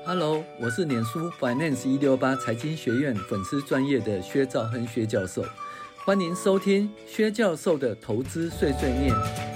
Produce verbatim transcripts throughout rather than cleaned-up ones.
Hello， 我是脸书 Finance 一六八财经学院粉丝专业的薛兆亨薛教授，欢迎收听薛教授的投资碎碎念。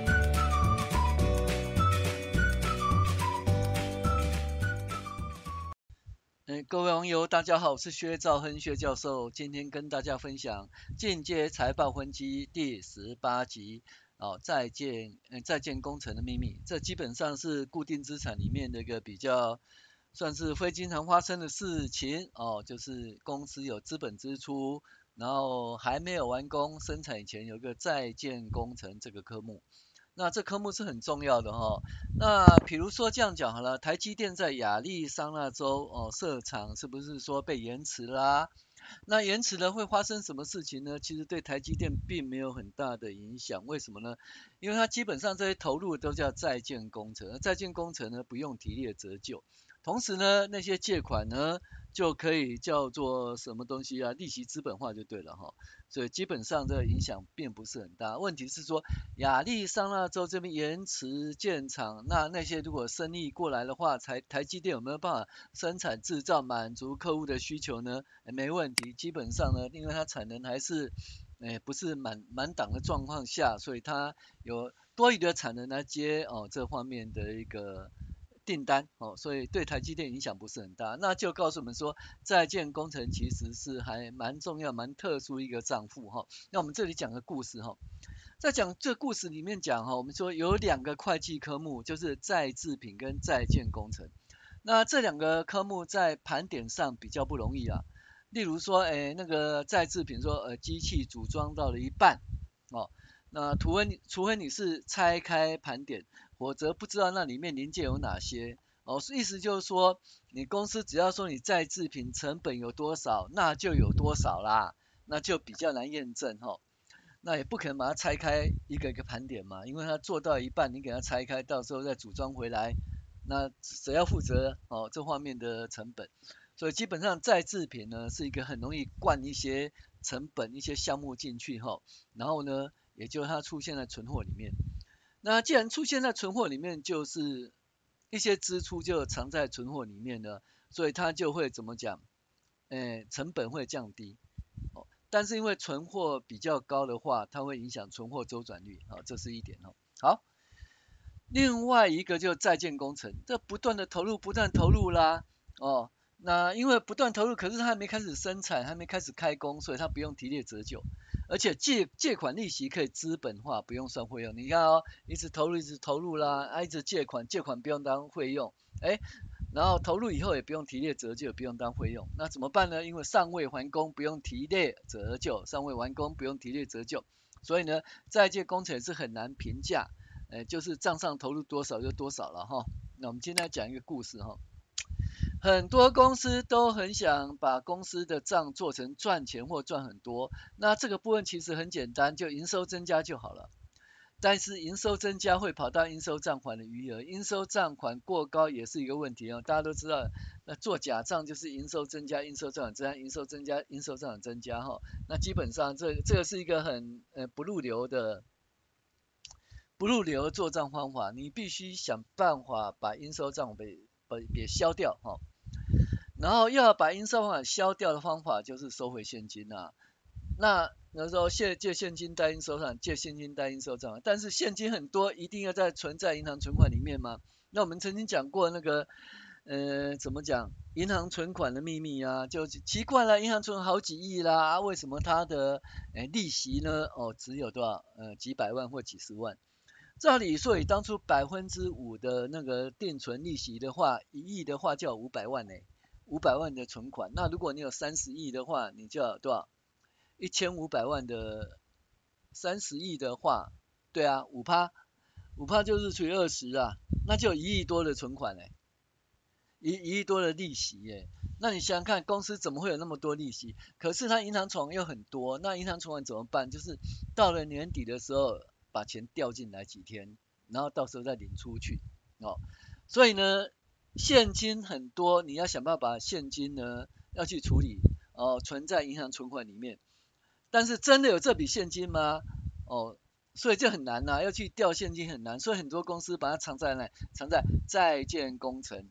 嗯，各位网友大家好，我是薛兆亨薛教授，今天跟大家分享进阶财报分析第十八集。哦，在建呃在建工程的秘密，这基本上是固定资产里面的一个比较算是非经常发生的事情哦，就是公司有资本支出，然后还没有完工生产以前有一个在建工程这个科目，那这科目是很重要的哈、哦。那比如说这样讲好了，台积电在亚利桑那州哦设厂是不是说被延迟啦？那延迟了会发生什么事情呢？其实对台积电并没有很大的影响，为什么呢？因为它基本上这些投入都叫在建工程，而在建工程呢不用提列折旧，同时呢那些借款呢就可以叫做什么东西啊？利息资本化就对了哈，所以基本上这个影响并不是很大。问题是说亚利桑那州这边延迟建厂，那那些如果生意过来的话，台台积电有没有办法生产制造满足客户的需求呢？没问题，基本上呢，因为它产能还是，诶不是满满档的状况下，所以它有多余的产能来接哦这方面的一个订单哦，所以对台积电影响不是很大。那就告诉我们说，在建工程其实是还蛮重要、蛮特殊一个账户哈。那我们这里讲个故事哈，在讲这故事里面讲哈，我们说有两个会计科目，就是在制品跟在建工程。那这两个科目在盘点上比较不容易啊。例如说，诶，那个在制品说，呃，机器组装到了一半，哦，那除非你除非你是拆开盘点，否则不知道那里面零件有哪些。哦，意思就是说，你公司只要说你在制品成本有多少，那就有多少啦，那就比较难验证哈、哦。那也不可能把它拆开一个一个盘点嘛，因为它做到一半，你给它拆开，到时候再组装回来，那谁要负责哦这方面的成本？所以基本上在制品呢是一个很容易灌一些成本、一些项目进去哈，然后呢，也就它出现在存货里面。那既然出现在存货里面，就是一些支出就藏在存货里面呢，所以它就会怎么讲？诶，成本会降低。哦，但是因为存货比较高的话，它会影响存货周转率，好、哦，这是一点哦。好，另外一个就在建工程，这不断的投入，不断投入啦，哦，那因为不断投入，可是它还没开始生产，还没开始开工，所以它不用提列折旧，而且借借款利息可以资本化，不用算费用。你看哦，一直投入，一直投入啦，啊，一直借款，借款不用当费用，哎。然后投入以后也不用提列折旧，也不用当费用，那怎么办呢？因为尚未完工，不用提列折旧，尚未完工不用提列折旧，所以呢，在建工程是很难评价，呃，就是账上投入多少就多少了哈。那我们今天来讲一个故事哈，很多公司都很想把公司的账做成赚钱或赚很多，那这个部分其实很简单，就营收增加就好了。但是营收增加会跑到应收账款的余额，应收账款过高也是一个问题哦。大家都知道，那做假账就是营收增加，应收账款增加，营收增加，应收账款增加哈、哦。那基本上这这个是一个很呃不入流的不入流的做账方法，你必须想办法把应收账款给给给消掉哈、哦。然后要把应收账款消掉的方法就是收回现金啊。那那时候借借现金代应收账，借现金代应收账，但是现金很多，一定要在存在银行存款里面吗？那我们曾经讲过那个，呃，怎么讲银行存款的秘密啊？就奇怪了，银行存好几亿啦，啊、为什么它的呃利息呢？哦，只有多少？呃，几百万或几十万？照理说，以当初百分之五的那个定存利息的话，一亿的话就要五百万呢，五百万的存款。那如果你有三十亿的话，你就要多少？一千五百万的三十亿的话，对啊，五趴，五趴就是除以二十啊，那就一亿多的存款嘞，一一亿多的利息耶。那你想想看，公司怎么会有那么多利息？可是它银行存款又很多，那银行存款怎么办？就是到了年底的时候，把钱调进来几天，然后到时候再领出去哦。所以呢，现金很多，你要想办法把现金呢要去处理哦，存在银行存款里面。但是真的有这笔现金吗？哦，所以就很难呐、啊，要去调现金很难，所以很多公司把它藏在哪？藏在在建工程，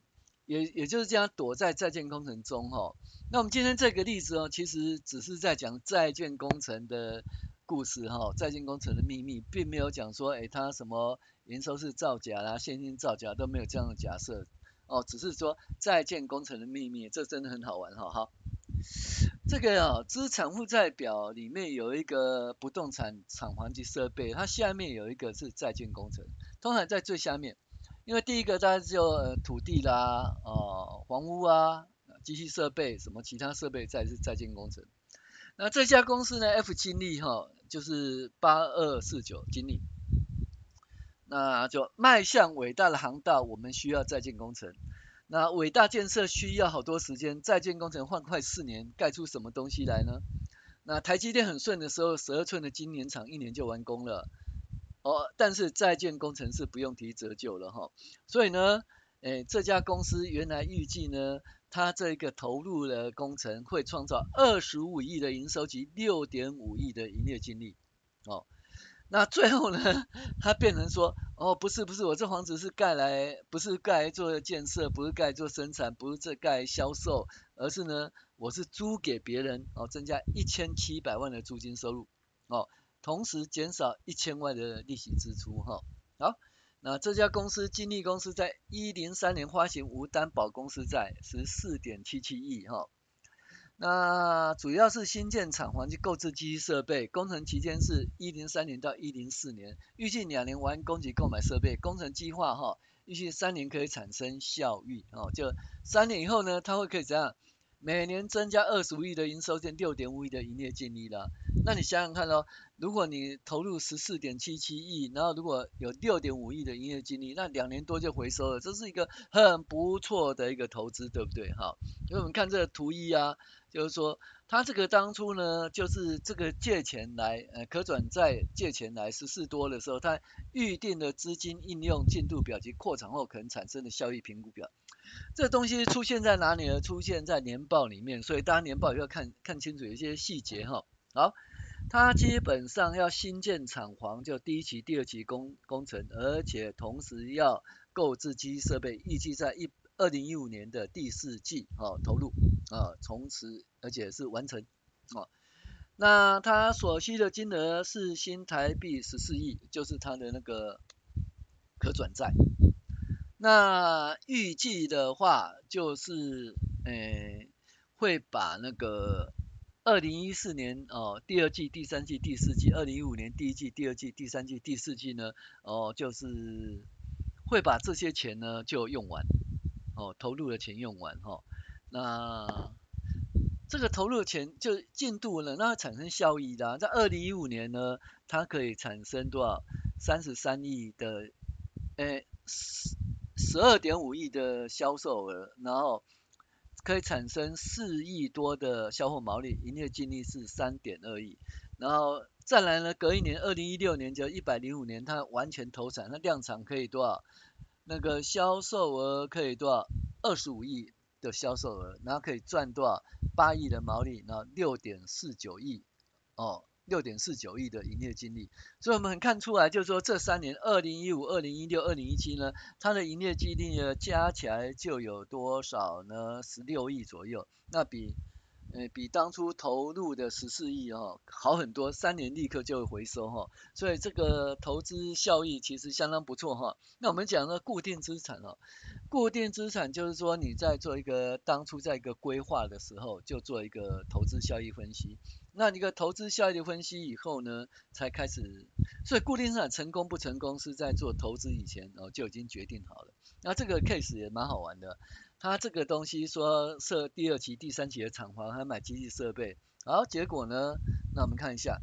也也就是这样躲在在建工程中哈。那我们今天这个例子哦，其实只是在讲在建工程的故事哈，在建工程的秘密，并没有讲说，哎，它什么营收是造假啦、现金造假都没有这样的假设哦，只是说在建工程的秘密，这真的很好玩哈。好，这个啊，资产负债表里面有一个不动产厂房及设备，它下面有一个是在建工程，通常在最下面。因为第一个大概就呃土地啦，哦、房屋啊，机器设备什么其他设备再是在建工程。那这家公司呢 F 金利哈，就是八二四九金利，那就迈向伟大的航道，我们需要在建工程。那伟大建设需要好多时间，在建工程换快四年，盖出什么东西来呢？那台积电很顺的时候，十二寸的晶圆厂一年就完工了。哦，但是在建工程是不用提折旧了哈，所以呢，诶，这家公司原来预计呢，它这个投入的工程会创造二十五亿的营收及六点五亿的营业净利，哦，那最后呢，它变成说，哦，不是不是，我这房子是盖来，不是盖来做建设，不是盖来做生产，不是这盖来销售，而是呢，我是租给别人，哦，增加一千七百万的租金收入，哦。同时减少一千万的利息支出哈。好，那这家公司金利公司在一零三年发行无担保公司债十四点七七亿哈。那主要是新建厂房及购置机器设备，工程期间是一零三年到一零四年，预计两年完工及购买设备，工程计划哈，预计三年可以产生效益哦，就三年以后呢，它会可以怎样？每年增加二十五亿的营收，跟六点五亿的营业净利啦。那你想想看咯，如果你投入十四点七七亿，然后如果有六点五亿的营业净利，那两年多就回收了，这是一个很不错的一个投资，对不对？好，因为我们看这个图一啊，就是说他这个当初呢，就是这个借钱来，呃，可转债借钱来十四多的时候，他预定的资金应用进度表及扩产后可能产生的效益评估表。这东西出现在哪里呢？出现在年报里面，所以大家年报要看看清楚一些细节哈。好，它基本上要新建厂房，就第一期、第二期工工程，而且同时要购置机器设备，预计在一二零一五年的第四季哦投入啊，从此而且是完成哦。那它所需的金额是新台币十四亿，就是它的那个可转债。那预计的话就是，诶，会把那个二零一四年哦第二季、第三季、第四季，二零一五年第一季、第二季、第三季、第四季呢，哦就是会把这些钱呢就用完，哦投入的钱用完哈、哦。那这个投入的钱就进度呢，那产生效益的、啊，在二零一五年呢，它可以产生多少？三十三亿的，诶。十二点五亿的销售额，然后可以产生四亿多的销货毛利，营业净利是三点二亿，然后再来呢，隔一年二零一六年就一百零五年，它完全投产，那量产可以多少？那个销售额可以多少？二十五亿的销售额，然后可以赚多少？八亿的毛利，然后六点四九亿哦。六点四九亿的营业净利，所以我们很看出来，就是说这三年，二零一五、二零一六、二零一七呢，它的营业净利呢加起来就有多少呢？十六亿左右，那比呃比当初投入的十四亿哦好很多，三年立刻就会回收哈、哦，所以这个投资效益其实相当不错哈、哦。那我们讲的固定资产哦，固定资产就是说你在做一个当初在一个规划的时候就做一个投资效益分析，那一个投资效益的分析以后呢，才开始，所以固定资产成功不成功是在做投资以前哦就已经决定好了。那这个 case 也蛮好玩的，他这个东西说设第二期、第三期的厂房，还买机器设备，好，结果呢，那我们看一下。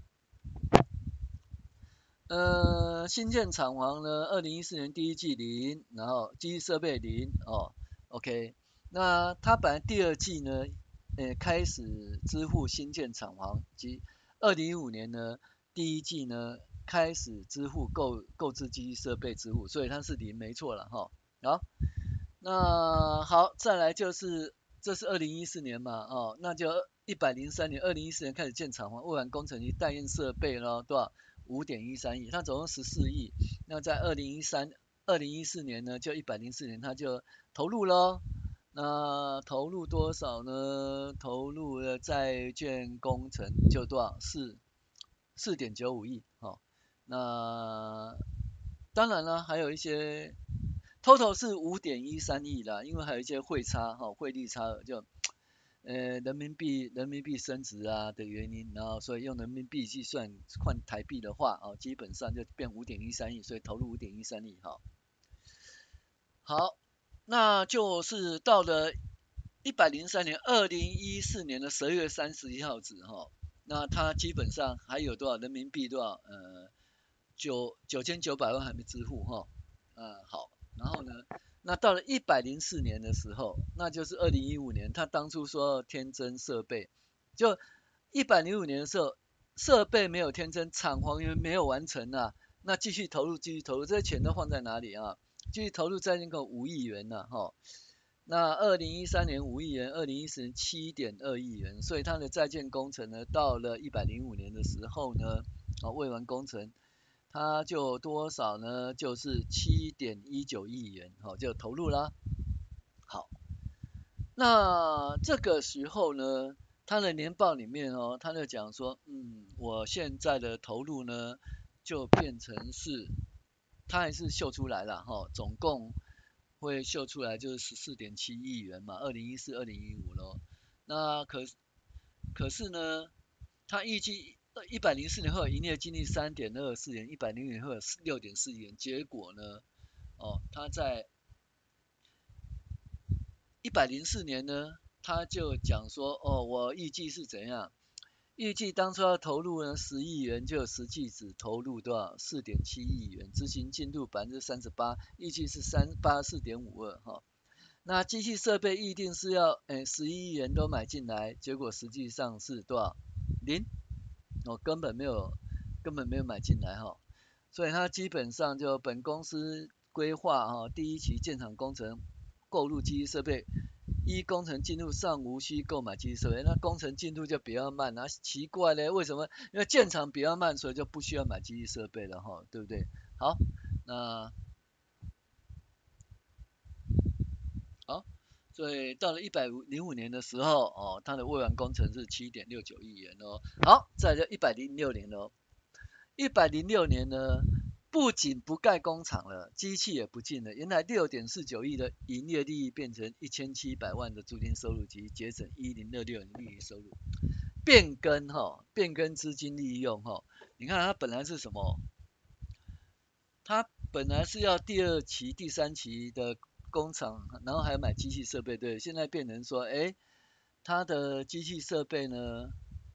呃，新建厂房呢，二零一四年第一季零，然后机器设备零哦，OK。那它本来第二季呢，呃，开始支付新建厂房及二零一五年呢，第一季呢开始支付购购置机器设备支付，所以它是零没错了哈。好，那好，再来就是这是二零一四年嘛，哦，那就一百零三年，二零一四年开始建厂房，未完工程及待验设备咯，多少？五点一三亿，它总共十四亿。那在二零一三、二零一四年呢，就一百零四年，它就投入咯。 那投入多少呢？投入的债券工程就多少？四四点九五亿，哦。那当然了，还有一些 total 是五点一三亿啦，因为还有一些汇差，哈、哦，汇率差额就。呃，人民币人民币升值啊的原因，然后所以用人民币计算换台币的话，哦，基本上就变五点一三亿，所以投入五点一三亿，哈、哦。好，那就是到了一百零三年，二零一四年的十二月三十一号止，哈、哦，那它基本上还有多少人民币多少？呃，九九千九百万还没支付，哈、哦，呃，好，然后呢？那到了一百零四年的时候，那就是二零一五年，他当初说天增设备，就一百零五年的时候，设备没有天增，厂房因为没有完成啊，那继续投入，继续投入，这些钱都放在哪里啊？继续投入在那个五亿元呢、啊，哈。那二零一三年五亿元，二零一四年七点二亿元，所以它的在建工程呢，到了一百零五年的时候呢，啊，未完工程。它就多少呢？就是七点一九亿元，好，就投入啦。好，那这个时候呢，它的年报里面哦，它就讲说，嗯，我现在的投入呢，就变成是，它还是秀出来了哈，总共会秀出来就是十四点七亿元嘛，二零一四、二零一五咯。那可可是呢，它预计一百零四年后营业经历三点二四元，一百零五年后六点四亿元，结果呢，哦，它在一百零四年呢，他就讲说，哦，我预计是怎样？预计当初要投入呢十亿元，就实际只投入多少？四点七亿元，执行进度百分之三十八，预计是三八四点五二哈。那机器设备预定是要诶十一亿元都买进来，结果实际上是多少？零，哦，根本没有根本没有买进来哈。所以它基本上就本公司规划哈第一期建厂工程购入机器设备，依工程进度尚无需购买机器设备，那工程进度就比较慢啊，奇怪嘞，为什么？因为建厂比较慢，所以就不需要买机器设备了哈，对不对？好，那好，所以到了一百零五年的时候，哦，它的未完工程是七点六九亿元哦。好，再来就一百零六年喽，一百零六年呢，不仅不盖工厂了，机器也不进了，原来六点四九亿的营业利益变成一千七百万的租金收入及节省一零二六年利益收入，变更哈、哦，变更资金利用哈、哦，你看它本来是什么？它本来是要第二期、第三期的工厂，然后还要买机器设备，对，现在变成说，哎，它的机器设备呢，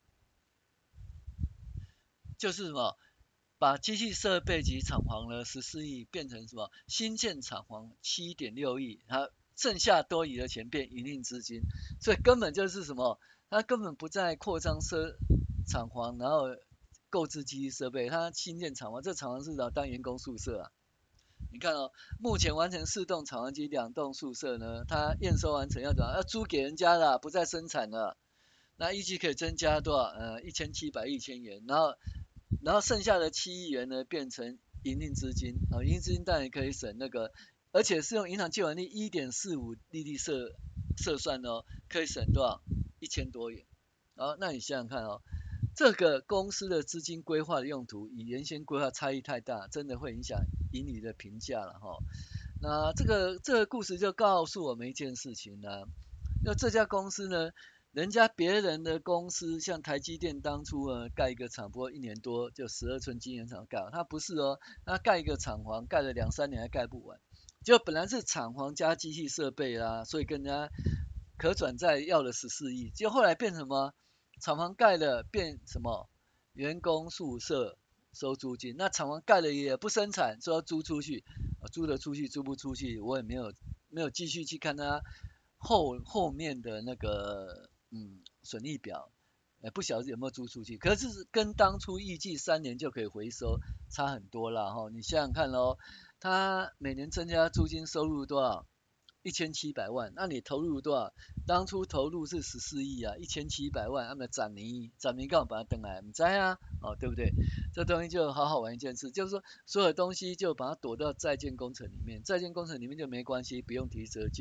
就是什么？把机器设备及厂房呢十四亿变成什么？新建厂房七点六亿，它剩下多余的钱变营运资金，所以根本就是什么？它根本不再扩张设厂房，然后购置机器设备，它新建厂房，这厂房是要当员工宿舍啊。你看哦，目前完成四栋厂房及两栋宿舍呢，它验收完成要怎么？要租给人家了，不再生产了。那预计可以增加多少？呃，一千七百亿千元，然后然后剩下的七亿元呢，变成营运资金啊，营运资金当然可以省那个，而且是用银行借款利一点四五利率设设算哦，可以省多少？一千多元。好，那你想想看哦，这个公司的资金规划的用途与原先规划差异太大，真的会影响盈利的评价了哈。那这个这个故事就告诉我们一件事情呢、啊，那这家公司呢，人家别人的公司，像台积电当初呃盖一个厂，不过一年多就十二寸晶圆厂盖，它不是哦，它盖一个厂房，盖了两三年还盖不完，就本来是厂房加机器设备啦，所以跟人家可转债要了十四亿，就后来变什么？厂房盖了变什么？员工宿舍收租金，那厂房盖了也不生产，说要租出去，租得出去租不出去，我也没有没有继续去看它后后面的那个嗯损益表，呃不晓得有没有租出去，可是跟当初预计三年就可以回收差很多啦哈，你想想看咯，它每年增加租金收入多少？一千七百万，那你投入多少？当初投入是十四亿啊，一千七百万，那么涨年涨年干嘛把它登来？唔知啊，哦对不对？这东西就好好玩一件事，就是说所有东西就把它躲到在建工程里面，在建工程里面就没关系，不用提折旧。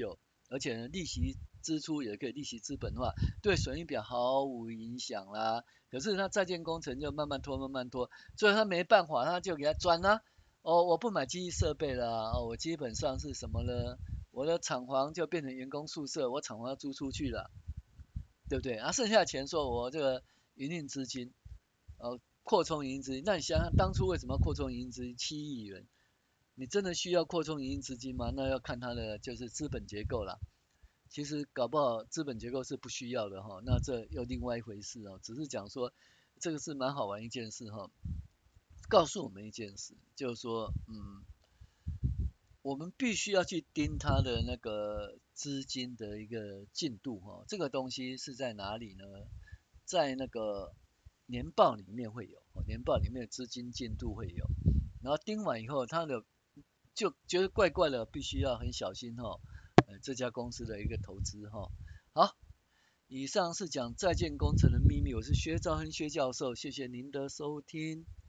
而且呢利息支出也可以利息资本化，对损益表毫无影响啦。可是他在建工程就慢慢拖慢慢拖，所以他没办法，他就给他转啦、啊。哦，我不买机器设备了，哦，我基本上是什么呢？我的厂房就变成员工宿舍，我厂房要租出去了，对不对？啊，剩下的钱说我这个营运资金，呃，扩充营运资金，那你想想当初为什么要扩充营运资金七亿元？你真的需要扩充营运资金吗？那要看它的就是资本结构啦。其实搞不好资本结构是不需要的哈，那这又另外一回事哦。只是讲说这个是蛮好玩一件事哈，告诉我们一件事，就是说，嗯，我们必须要去盯它的那个资金的一个进度哈。这个东西是在哪里呢？在那个年报里面会有，年报里面的资金进度会有。然后盯完以后，它的就觉得怪怪的，必须要很小心哈。呃，这家公司的一个投资哈。好，以上是讲在建工程的秘密，我是薛兆亨薛教授，谢谢您的收听。